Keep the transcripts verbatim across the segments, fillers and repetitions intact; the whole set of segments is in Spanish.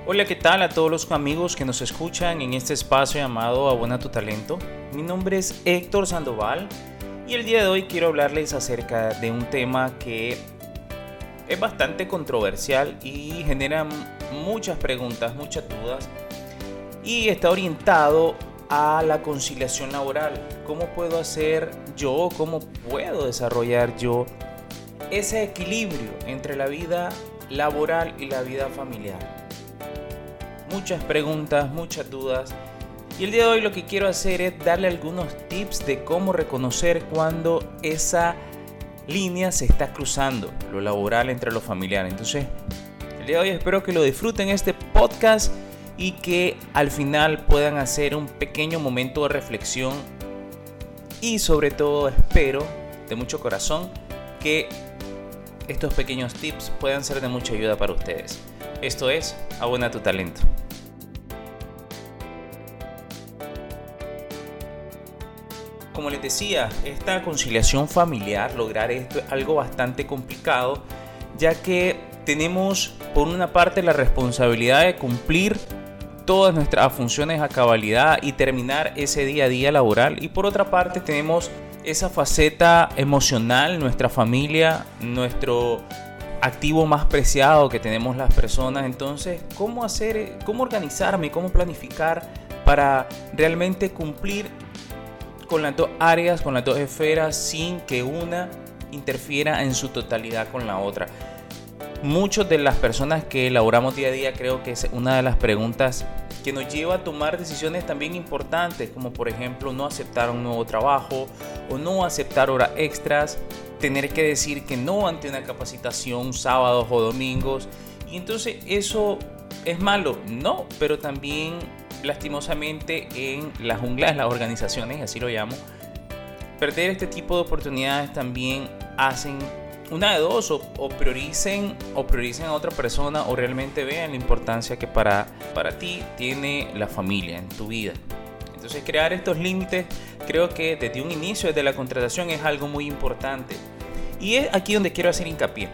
Hola, ¿qué tal a todos los amigos que nos escuchan en este espacio llamado Abona tu Talento? Mi nombre es Héctor Sandoval y el día de hoy quiero hablarles acerca de un tema que es bastante controversial y genera muchas preguntas, muchas dudas, y está orientado a la conciliación laboral. ¿Cómo puedo hacer yo, cómo puedo desarrollar yo ese equilibrio entre la vida laboral y la vida familiar? Muchas preguntas, muchas dudas, y el día de hoy lo que quiero hacer es darle algunos tips de cómo reconocer cuando esa línea se está cruzando, lo laboral entre lo familiar. Entonces, el día de hoy espero que lo disfruten este podcast y que al final puedan hacer un pequeño momento de reflexión, y sobre todo espero de mucho corazón que estos pequeños tips puedan ser de mucha ayuda para ustedes. Esto es Abona tu Talento. Como les decía, esta conciliación familiar, lograr esto es algo bastante complicado, ya que tenemos por una parte la responsabilidad de cumplir todas nuestras funciones a cabalidad y terminar ese día a día laboral, y por otra parte tenemos esa faceta emocional, nuestra familia, nuestro activo más preciado que tenemos las personas. Entonces, ¿cómo hacer, cómo organizarme, cómo planificar para realmente cumplir con las dos áreas, con las dos esferas, sin que una interfiera en su totalidad con la otra? Muchas de las personas que laboramos día a día, creo que es una de las preguntas que nos lleva a tomar decisiones también importantes, como por ejemplo no aceptar un nuevo trabajo o no aceptar horas extras, tener que decir que no ante una capacitación sábados o domingos. Y entonces, ¿eso es malo? No, pero también lastimosamente en la jungla de las organizaciones, así lo llamo, perder este tipo de oportunidades también hacen una de dos: o, o prioricen o prioricen a otra persona, o realmente vean la importancia que para, para ti tiene la familia en tu vida. Entonces, crear estos límites creo que desde un inicio, desde la contratación, es algo muy importante. Y es aquí donde quiero hacer hincapié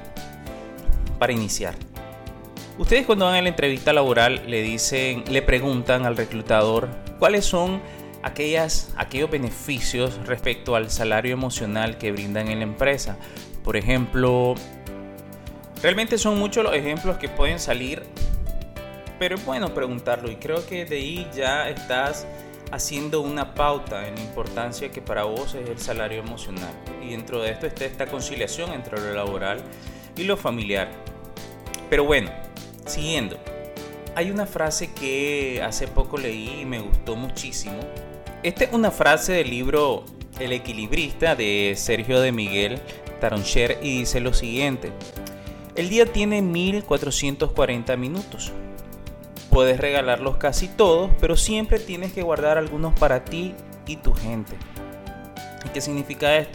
para iniciar. Ustedes, cuando van a la entrevista laboral, le dicen, le preguntan al reclutador cuáles son aquellas, aquellos beneficios respecto al salario emocional que brindan en la empresa. Por ejemplo, realmente son muchos los ejemplos que pueden salir, pero es bueno preguntarlo, y creo que de ahí ya estás haciendo una pauta en la importancia que para vos es el salario emocional. Y dentro de esto está esta conciliación entre lo laboral y lo familiar. Pero bueno, siguiendo, hay una frase que hace poco leí y me gustó muchísimo. Esta es una frase del libro El Equilibrista de Sergio de Miguel Taroncher, y dice lo siguiente: el día tiene mil cuatrocientos cuarenta minutos. Puedes regalarlos casi todos, pero siempre tienes que guardar algunos para ti y tu gente. ¿Y qué significa esto?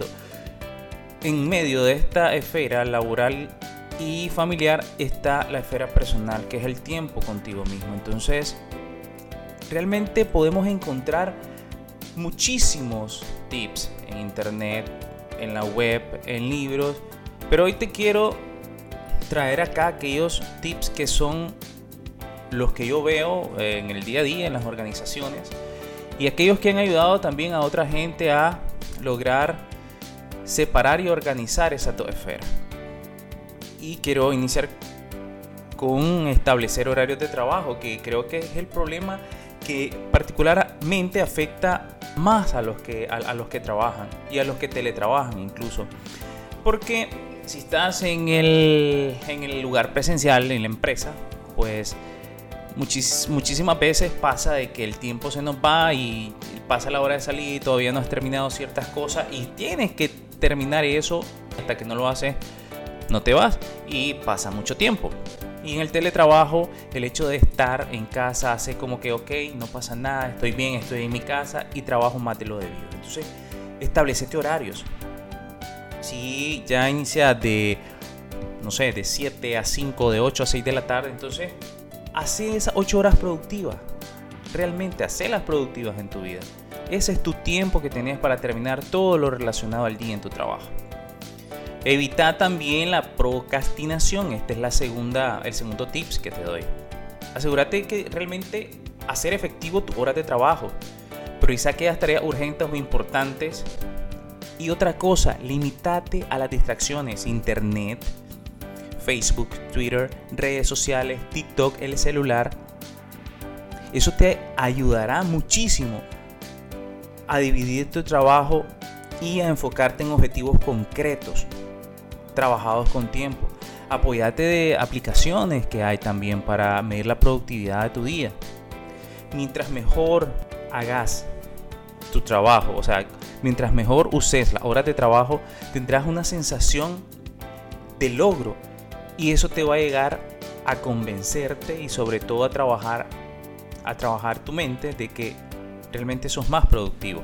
En medio de esta esfera laboral y familiar está la esfera personal, que es el tiempo contigo mismo. Entonces, realmente podemos encontrar muchísimos tips en internet, en la web, en libros, pero hoy te quiero traer acá aquellos tips que son los que yo veo en el día a día en las organizaciones, y aquellos que han ayudado también a otra gente a lograr separar y organizar esa dos esferas. Y quiero iniciar con establecer horarios de trabajo, que creo que es el problema que particularmente afecta más a los que, a, a los que trabajan y a los que teletrabajan incluso. Porque si estás en el, en el lugar presencial, en la empresa, pues muchis, muchísimas veces pasa de que el tiempo se nos va y pasa la hora de salir y todavía no has terminado ciertas cosas, y tienes que terminar eso. Hasta que no lo haces, no te vas, y pasa mucho tiempo. Y en el teletrabajo, el hecho de estar en casa hace como que ok, no pasa nada, estoy bien, estoy en mi casa y trabajo más de lo debido. Entonces, establecete horarios. Si ya inicia de, no sé, de siete a cinco, de ocho a seis de la tarde, entonces hace esas ocho horas productivas. Realmente, hacelas productivas en tu vida. Ese es tu tiempo que tenés para terminar todo lo relacionado al día en tu trabajo. Evita también la procrastinación. Este es la segunda, el segundo tips que te doy. Asegúrate que realmente hacer efectivo tus horas de trabajo. Prioriza aquellas tareas urgentes o importantes. Y otra cosa, limítate a las distracciones. Internet, Facebook, Twitter, redes sociales, TikTok, el celular. Eso te ayudará muchísimo a dividir tu trabajo y a enfocarte en objetivos concretos, trabajados con tiempo. Apóyate de aplicaciones que hay también para medir la productividad de tu día. Mientras mejor hagas tu trabajo, o sea, mientras mejor uses las horas de trabajo, tendrás una sensación de logro y eso te va a llegar a convencerte y sobre todo a trabajar, a trabajar tu mente de que realmente sos más productivo.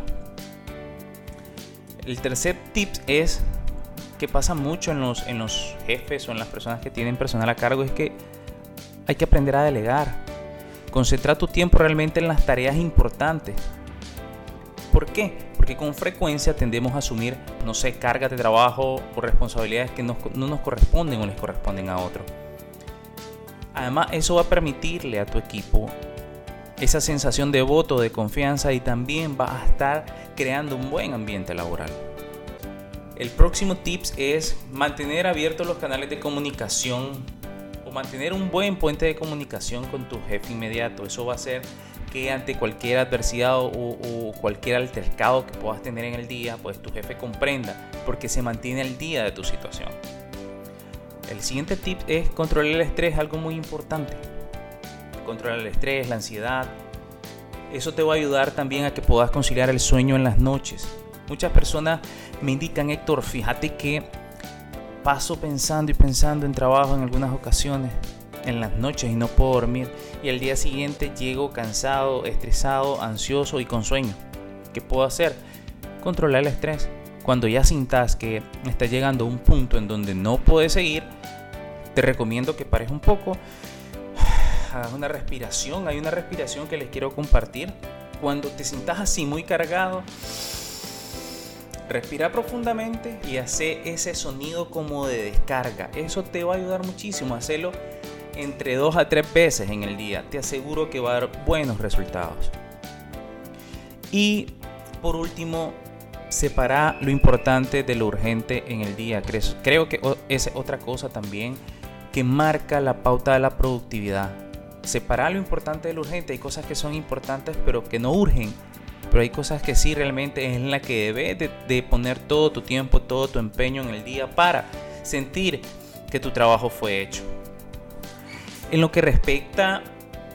El tercer tip es que pasa mucho en los, en los jefes o en las personas que tienen personal a cargo, es que hay que aprender a delegar. Concentra tu tiempo realmente en las tareas importantes. ¿Por qué? Porque con frecuencia tendemos a asumir, no sé, cargas de trabajo o responsabilidades que no, no nos corresponden o les corresponden a otro. Además, eso va a permitirle a tu equipo esa sensación de voto, de confianza y también va a estar creando un buen ambiente laboral. El próximo tip es mantener abiertos los canales de comunicación o mantener un buen puente de comunicación con tu jefe inmediato. Eso va a hacer que ante cualquier adversidad o, o cualquier altercado que puedas tener en el día, pues tu jefe comprenda porque se mantiene al día de tu situación. El siguiente tip es controlar el estrés, algo muy importante. Controlar el estrés, la ansiedad. Eso te va a ayudar también a que puedas conciliar el sueño en las noches. Muchas personas me indican, Héctor, fíjate que paso pensando y pensando en trabajo en algunas ocasiones, en las noches y no puedo dormir. Y al día siguiente llego cansado, estresado, ansioso y con sueño. ¿Qué puedo hacer? Controlar el estrés. Cuando ya sintas que estás llegando a un punto en donde no puedes seguir, te recomiendo que pares un poco, hagas una respiración. Hay una respiración que les quiero compartir. Cuando te sientas así muy cargado, respira profundamente y hace ese sonido como de descarga. Eso te va a ayudar muchísimo a hacerlo entre dos a tres veces en el día. Te aseguro que va a dar buenos resultados. Y por último, separa lo importante de lo urgente en el día. Creo que es otra cosa también que marca la pauta de la productividad. Separar lo importante de lo urgente. Hay cosas que son importantes pero que no urgen. Pero hay cosas que sí realmente es en la que debes de, de poner todo tu tiempo, todo tu empeño en el día para sentir que tu trabajo fue hecho. En lo que respecta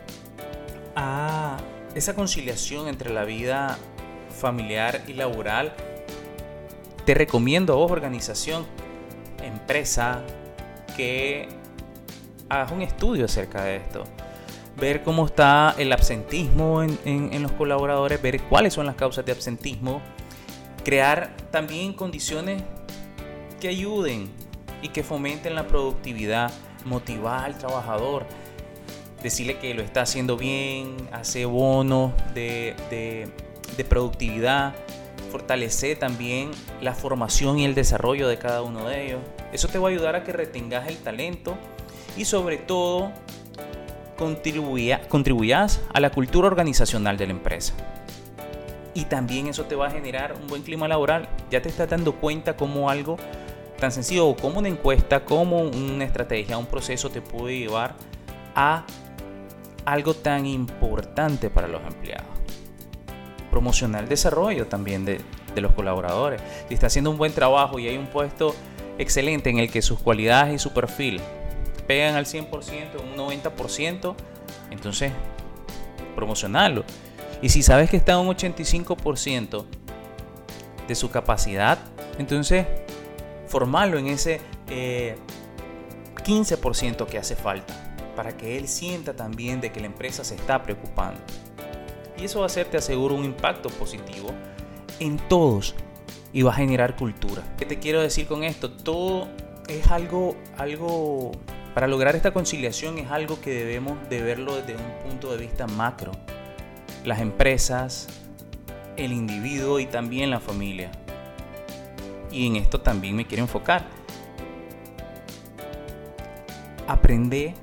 a esa conciliación entre la vida familiar y laboral, te recomiendo a vos, organización, empresa, que hagas un estudio acerca de esto. Ver cómo está el absentismo en, en, en los colaboradores, ver cuáles son las causas de absentismo, crear también condiciones que ayuden y que fomenten la productividad, motivar al trabajador, decirle que lo está haciendo bien, hacer bonos de, de, de productividad, fortalecer también la formación y el desarrollo de cada uno de ellos. Eso te va a ayudar a que retengas el talento y sobre todo Contribuya, contribuyas a la cultura organizacional de la empresa. Y también eso te va a generar un buen clima laboral. Ya te estás dando cuenta cómo algo tan sencillo como una encuesta, como una estrategia, un proceso te puede llevar a algo tan importante para los empleados. Promocionar el desarrollo también de, de los colaboradores. Si está haciendo un buen trabajo y hay un puesto excelente en el que sus cualidades y su perfil pegan al cien por ciento, un noventa por ciento, entonces promocionarlo. Y si sabes que está en un ochenta y cinco por ciento de su capacidad, entonces formarlo en ese eh, quince por ciento que hace falta, para que él sienta también de que la empresa se está preocupando. Y eso va a hacer, te aseguro, un impacto positivo en todos y va a generar cultura. ¿Qué te quiero decir con esto? Todo es algo, algo Para lograr esta conciliación es algo que debemos de verlo desde un punto de vista macro. Las empresas, el individuo y también la familia. Y en esto también me quiero enfocar. Aprende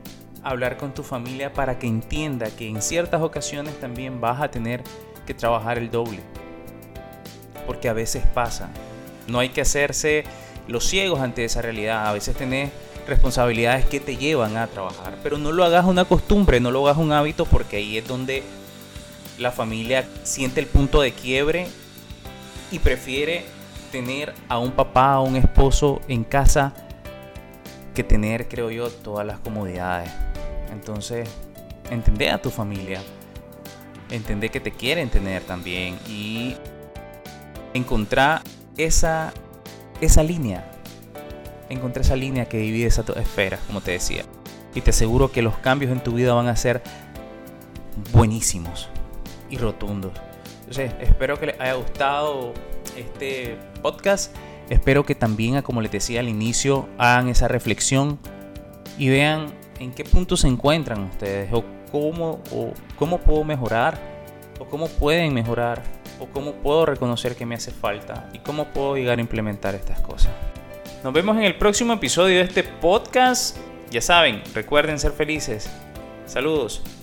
hablar con tu familia para que entienda que en ciertas ocasiones también vas a tener que trabajar el doble. Porque a veces pasa. No hay que hacerse los ciegos ante esa realidad. A veces tenés responsabilidades que te llevan a trabajar. Pero no lo hagas una costumbre, no lo hagas un hábito, porque ahí es donde la familia siente el punto de quiebre y prefiere tener a un papá o un esposo en casa que tener, creo yo, todas las comodidades. Entonces, entendé a tu familia, entendé que te quieren tener también y encontrar esa, esa línea, encontrar esa línea que divide esas dos esferas, como te decía. Y te aseguro que los cambios en tu vida van a ser buenísimos y rotundos. Entonces, espero que les haya gustado este podcast. Espero que también, como les decía al inicio, hagan esa reflexión y vean en qué punto se encuentran ustedes, o cómo, o cómo puedo mejorar, o cómo pueden mejorar, o cómo puedo reconocer que me hace falta y cómo puedo llegar a implementar estas cosas. Nos vemos en el próximo episodio de este podcast. Ya saben, recuerden ser felices. Saludos.